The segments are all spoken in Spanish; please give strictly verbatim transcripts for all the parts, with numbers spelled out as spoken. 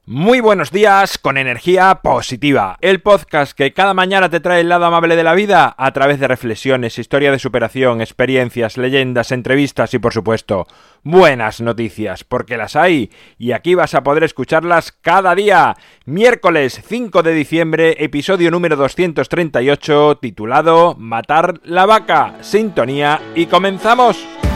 Muy buenos días con energía positiva, el podcast que cada mañana te trae el lado amable de la vida a través de reflexiones, historia de superación, experiencias, leyendas, entrevistas y por supuesto, buenas noticias, porque las hay y aquí vas a poder escucharlas cada día. Miércoles cinco de diciembre, episodio número doscientos treinta y ocho, titulado Matar la vaca. Sintonía y comenzamos.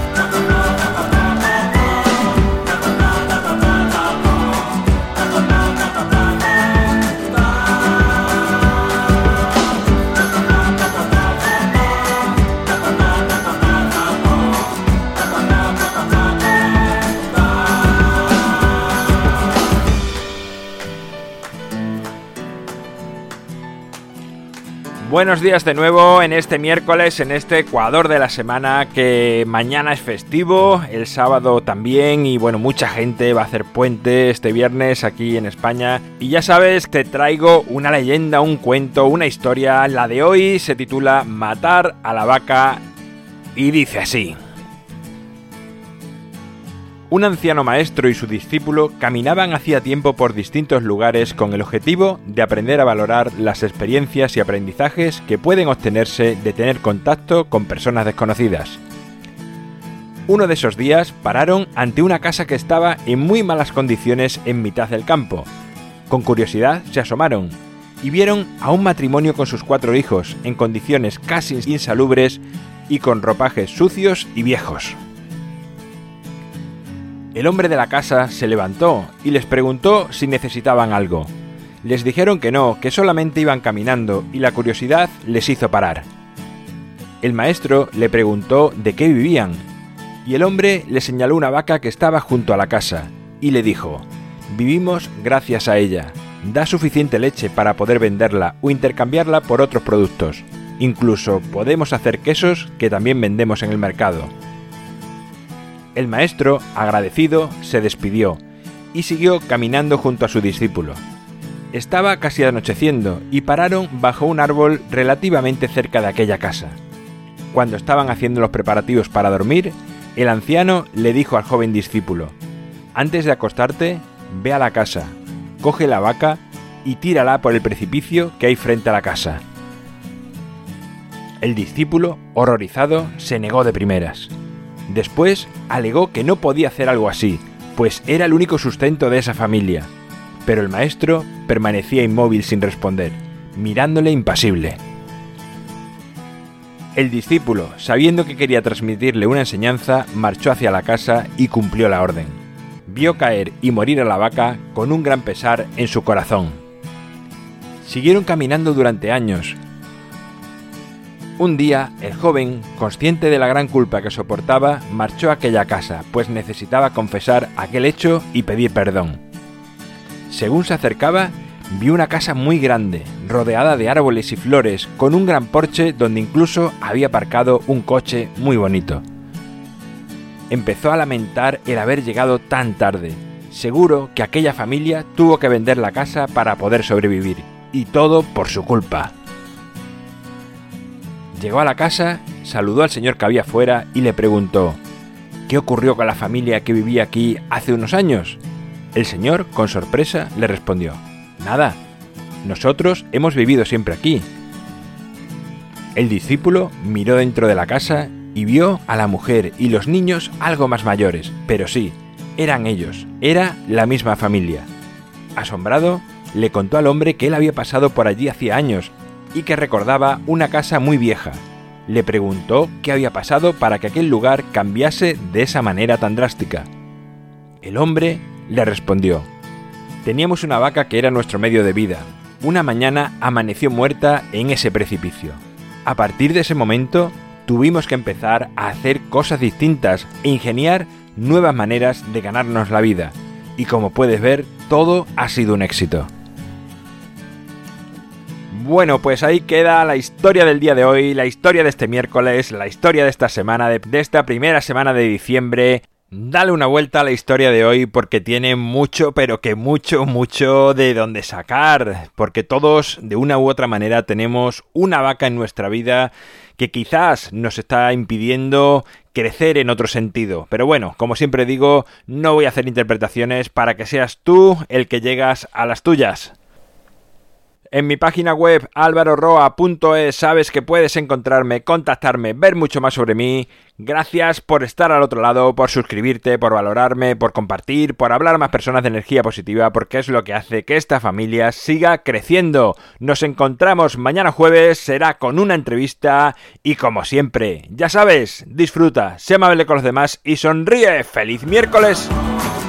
Buenos días de nuevo en este miércoles, en este Ecuador de la semana, que mañana es festivo, el sábado también, y bueno, mucha gente va a hacer puente este viernes aquí en España. Y ya sabes, te traigo una leyenda, un cuento, una historia. La de hoy se titula Matar a la vaca y dice así. Un anciano maestro y su discípulo caminaban hacía tiempo por distintos lugares con el objetivo de aprender a valorar las experiencias y aprendizajes que pueden obtenerse de tener contacto con personas desconocidas. Uno de esos días pararon ante una casa que estaba en muy malas condiciones en mitad del campo. Con curiosidad se asomaron y vieron a un matrimonio con sus cuatro hijos en condiciones casi insalubres y con ropajes sucios y viejos. El hombre de la casa se levantó y les preguntó si necesitaban algo. Les dijeron que no, que solamente iban caminando y la curiosidad les hizo parar. El maestro le preguntó de qué vivían y el hombre le señaló una vaca que estaba junto a la casa y le dijo: «Vivimos gracias a ella. Da suficiente leche para poder venderla o intercambiarla por otros productos. Incluso podemos hacer quesos que también vendemos en el mercado». El maestro, agradecido, se despidió y siguió caminando junto a su discípulo. Estaba casi anocheciendo y pararon bajo un árbol relativamente cerca de aquella casa. Cuando estaban haciendo los preparativos para dormir, el anciano le dijo al joven discípulo: «Antes de acostarte, ve a la casa, coge la vaca y tírala por el precipicio que hay frente a la casa». El discípulo, horrorizado, se negó de primeras. Después alegó que no podía hacer algo así, pues era el único sustento de esa familia. Pero el maestro permanecía inmóvil sin responder, mirándole impasible. El discípulo, sabiendo que quería transmitirle una enseñanza, marchó hacia la casa y cumplió la orden. Vio caer y morir a la vaca con un gran pesar en su corazón. Siguieron caminando durante años. Un día, el joven, consciente de la gran culpa que soportaba, marchó a aquella casa, pues necesitaba confesar aquel hecho y pedir perdón. Según se acercaba, vio una casa muy grande, rodeada de árboles y flores, con un gran porche donde incluso había aparcado un coche muy bonito. Empezó a lamentar el haber llegado tan tarde. Seguro que aquella familia tuvo que vender la casa para poder sobrevivir, y todo por su culpa. Llegó a la casa, saludó al señor que había fuera y le preguntó: «¿Qué ocurrió con la familia que vivía aquí hace unos años?». El señor, con sorpresa, le respondió: «Nada, nosotros hemos vivido siempre aquí». El discípulo miró dentro de la casa y vio a la mujer y los niños algo más mayores, pero sí, eran ellos, era la misma familia. Asombrado, le contó al hombre que él había pasado por allí hacía años y que recordaba una casa muy vieja. Le preguntó qué había pasado para que aquel lugar cambiase de esa manera tan drástica. El hombre le respondió: «Teníamos una vaca que era nuestro medio de vida. Una mañana amaneció muerta en ese precipicio. A partir de ese momento tuvimos que empezar a hacer cosas distintas e ingeniar nuevas maneras de ganarnos la vida. Y como puedes ver, todo ha sido un éxito». Bueno, pues ahí queda la historia del día de hoy, la historia de este miércoles, la historia de esta semana, de, de esta primera semana de diciembre. Dale una vuelta a la historia de hoy porque tiene mucho, pero que mucho, mucho de donde sacar. Porque todos, de una u otra manera, tenemos una vaca en nuestra vida que quizás nos está impidiendo crecer en otro sentido. Pero bueno, como siempre digo, no voy a hacer interpretaciones para que seas tú el que llegas a las tuyas. En mi página web alvaro roa punto es sabes que puedes encontrarme, contactarme, ver mucho más sobre mí. Gracias por estar al otro lado, por suscribirte, por valorarme, por compartir, por hablar a más personas de energía positiva, porque es lo que hace que esta familia siga creciendo. Nos encontramos mañana jueves, será con una entrevista y como siempre, ya sabes, disfruta, sé amable con los demás y sonríe. ¡Feliz miércoles!